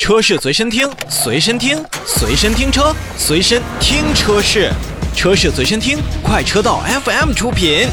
车市随身听，随身听，随身听车，随身听车市，车市随身听，快车道 FM 出品。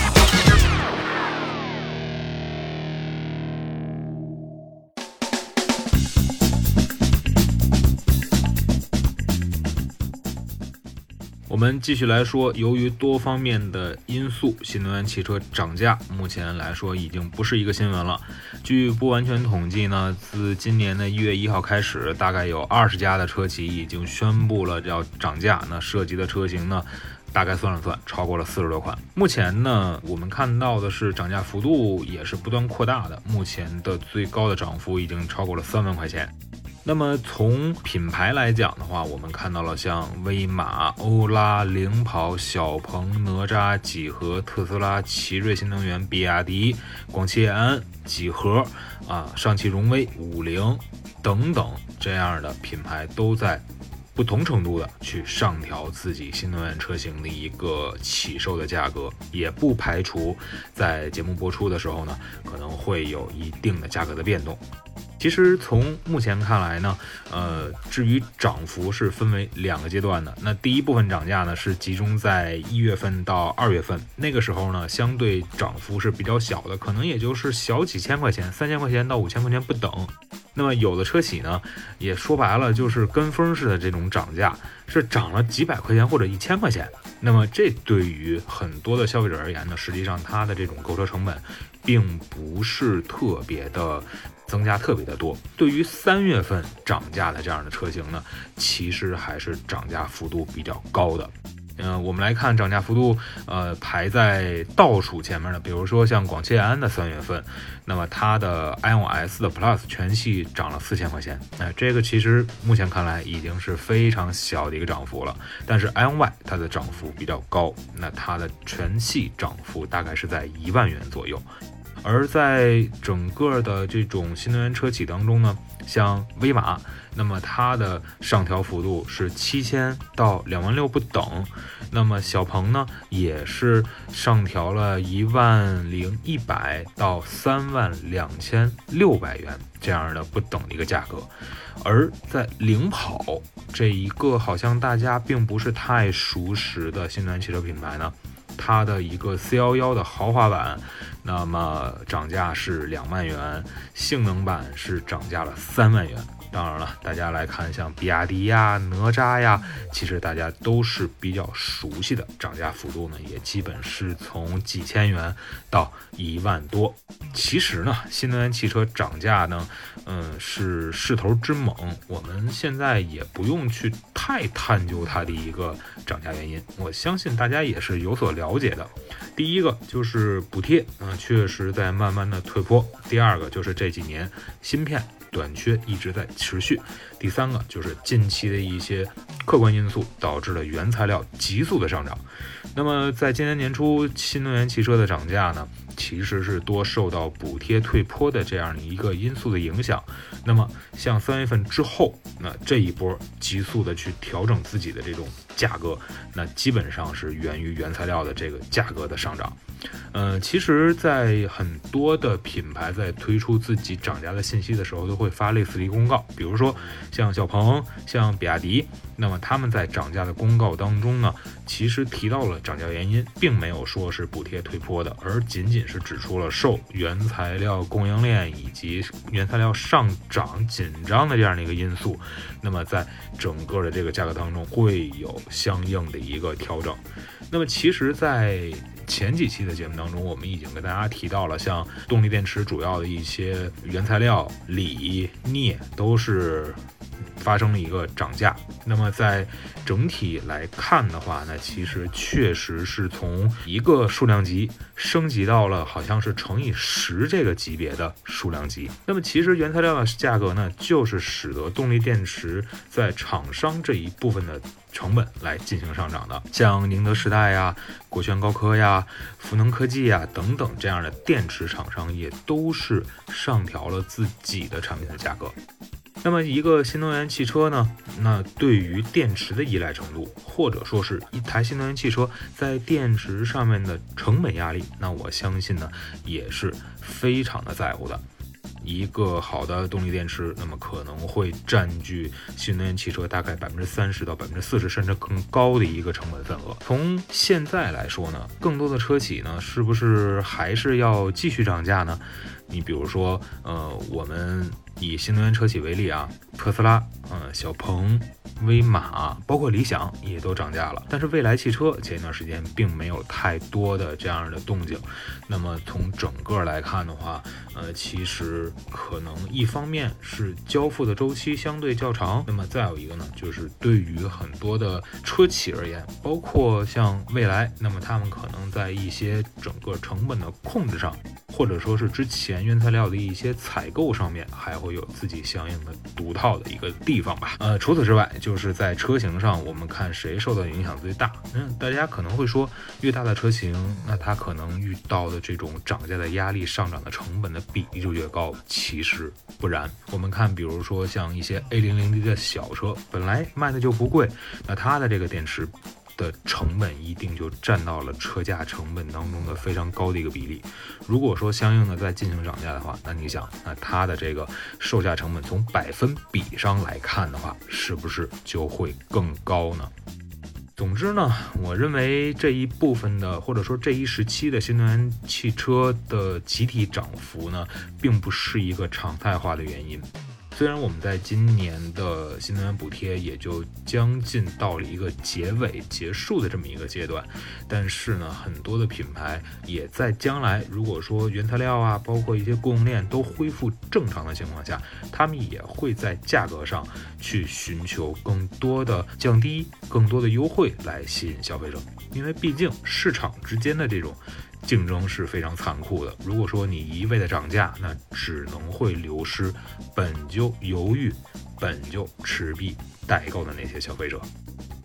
我们继续来说，由于多方面的因素，新能源汽车涨价，目前来说已经不是一个新闻了。据不完全统计呢，自今年的1月1号开始，大概有20家的车企已经宣布了要涨价，那涉及的车型呢，大概算了算，超过了40多款。目前呢，我们看到的是涨价幅度也是不断扩大的，目前的最高的涨幅已经超过了3万块钱。那么从品牌来讲的话，我们看到了像威马、欧拉、领跑、小鹏、哪吒、几何、特斯拉、奇瑞新能源、比亚迪、广汽埃安、几何上汽荣威、五菱等等这样的品牌都在不同程度的去上调自己新能源车型的一个起售的价格，也不排除在节目播出的时候呢，可能会有一定的价格的变动。其实从目前看来呢，至于涨幅是分为2个阶段的。那第一部分涨价呢，是集中在1月份到2月份，那个时候呢，相对涨幅是比较小的，可能也就是小几千块钱，3000块钱到5000块钱不等。那么有的车企呢，也说白了就是跟风式的这种涨价，是涨了几百块钱或者1000块钱。那么这对于很多的消费者而言呢，实际上它的这种购车成本并不是特别的增加特别的多。对于3月份涨价的这样的车型呢，其实还是涨价幅度比较高的。我们来看涨价幅度，排在倒数前面的，比如说像广汽埃安的3月份，那么它的 iON S 的 Plus 全系涨了4000块钱，这个其实目前看来已经是非常小的一个涨幅了。但是 iON Y 它的涨幅比较高，那它的全系涨幅大概是在1万元左右。而在整个的这种新能源车企当中呢，像威马，那么它的上调幅度是7000到26000不等。那么小鹏呢，也是上调了10100到32600元这样的不等的一个价格。而在领跑这一个好像大家并不是太熟识的新能源汽车品牌呢，它的一个411的豪华版，那么涨价是2万元，性能版是涨价了3万元。当然了，大家来看像比亚迪呀、哪吒呀，其实大家都是比较熟悉的，涨价幅度呢也基本是从几千元到1万多。其实呢，新能源汽车涨价呢，是势头之猛，我们现在也不用去太探究它的一个涨价原因，我相信大家也是有所了解的。第一个就是补贴，确实在慢慢的退坡；第二个就是这几年芯片短缺一直在持续；第三个就是近期的一些客观因素导致了原材料急速的上涨。那么在今年年初新能源汽车的涨价呢，其实是多受到补贴退坡的这样的一个因素的影响。那么像3月份之后，那这一波急速的去调整自己的这种价格，那基本上是源于原材料的这个价格的上涨。其实在很多的品牌在推出自己涨价的信息的时候，都会发类似的公告，比如说像小鹏、像比亚迪，那么他们在涨价的公告当中呢，其实提到了涨价原因，并没有说是补贴退坡的，而仅仅是指出了受原材料供应链以及原材料上涨紧张的这样的一个因素，那么在整个的这个价格当中会有相应的一个调整。那么其实在前几期的节目当中，我们已经跟大家提到了，像动力电池主要的一些原材料锂、镍都是发生了一个涨价。那么在整体来看的话呢，其实确实是从一个数量级升级到了好像是乘以10这个级别的数量级。那么其实原材料的价格呢，就是使得动力电池在厂商这一部分的成本来进行上涨的。像宁德时代呀、国轩高科呀、孚能科技呀等等这样的电池厂商也都是上调了自己的产品的价格。那么一个新能源汽车呢，那对于电池的依赖程度，或者说是一台新能源汽车在电池上面的成本压力，那我相信呢也是非常的在乎的。 一个好的动力电池，那么可能会占据新能源汽车大概30%到40%甚至更高的一个成本份额。从现在来说呢，更多的车企呢，是不是还是要继续涨价呢？你比如说，我们以新能源车企为例啊，特斯拉、小鹏、威马，包括理想也都涨价了。但是蔚来汽车前一段时间并没有太多的这样的动静。那么从整个来看的话，其实可能一方面是交付的周期相对较长，那么再有一个呢，就是对于很多的车企而言，包括像蔚来，那么他们可能在一些整个成本的控制上，或者说是之前原材料的一些采购上面，还会有自己相应的独套的一个地方吧。除此之外，就是在车型上，我们看谁受到影响最大。大家可能会说，越大的车型，那它可能遇到的这种涨价的压力、上涨的成本的比例就越高。其实不然，我们看，比如说像一些 A00D 的小车，本来卖的就不贵，那它的这个电池的成本一定就占到了车价成本当中的非常高的一个比例。如果说相应的在进行涨价的话，那你想，那它的这个售价成本从百分比上来看的话，是不是就会更高呢？总之呢，我认为这一部分的，或者说这一时期的新能源汽车的集体涨幅呢，并不是一个常态化的原因。虽然我们在今年的新能源补贴也就将近到了一个结尾结束的这么一个阶段，但是呢，很多的品牌也在将来，如果说原材料啊，包括一些供应链都恢复正常的情况下，他们也会在价格上去寻求更多的降低、更多的优惠来吸引消费者，因为毕竟市场之间的这种竞争是非常残酷的。如果说你一味的涨价，那只能会流失本就犹豫、本就持币待购的那些消费者。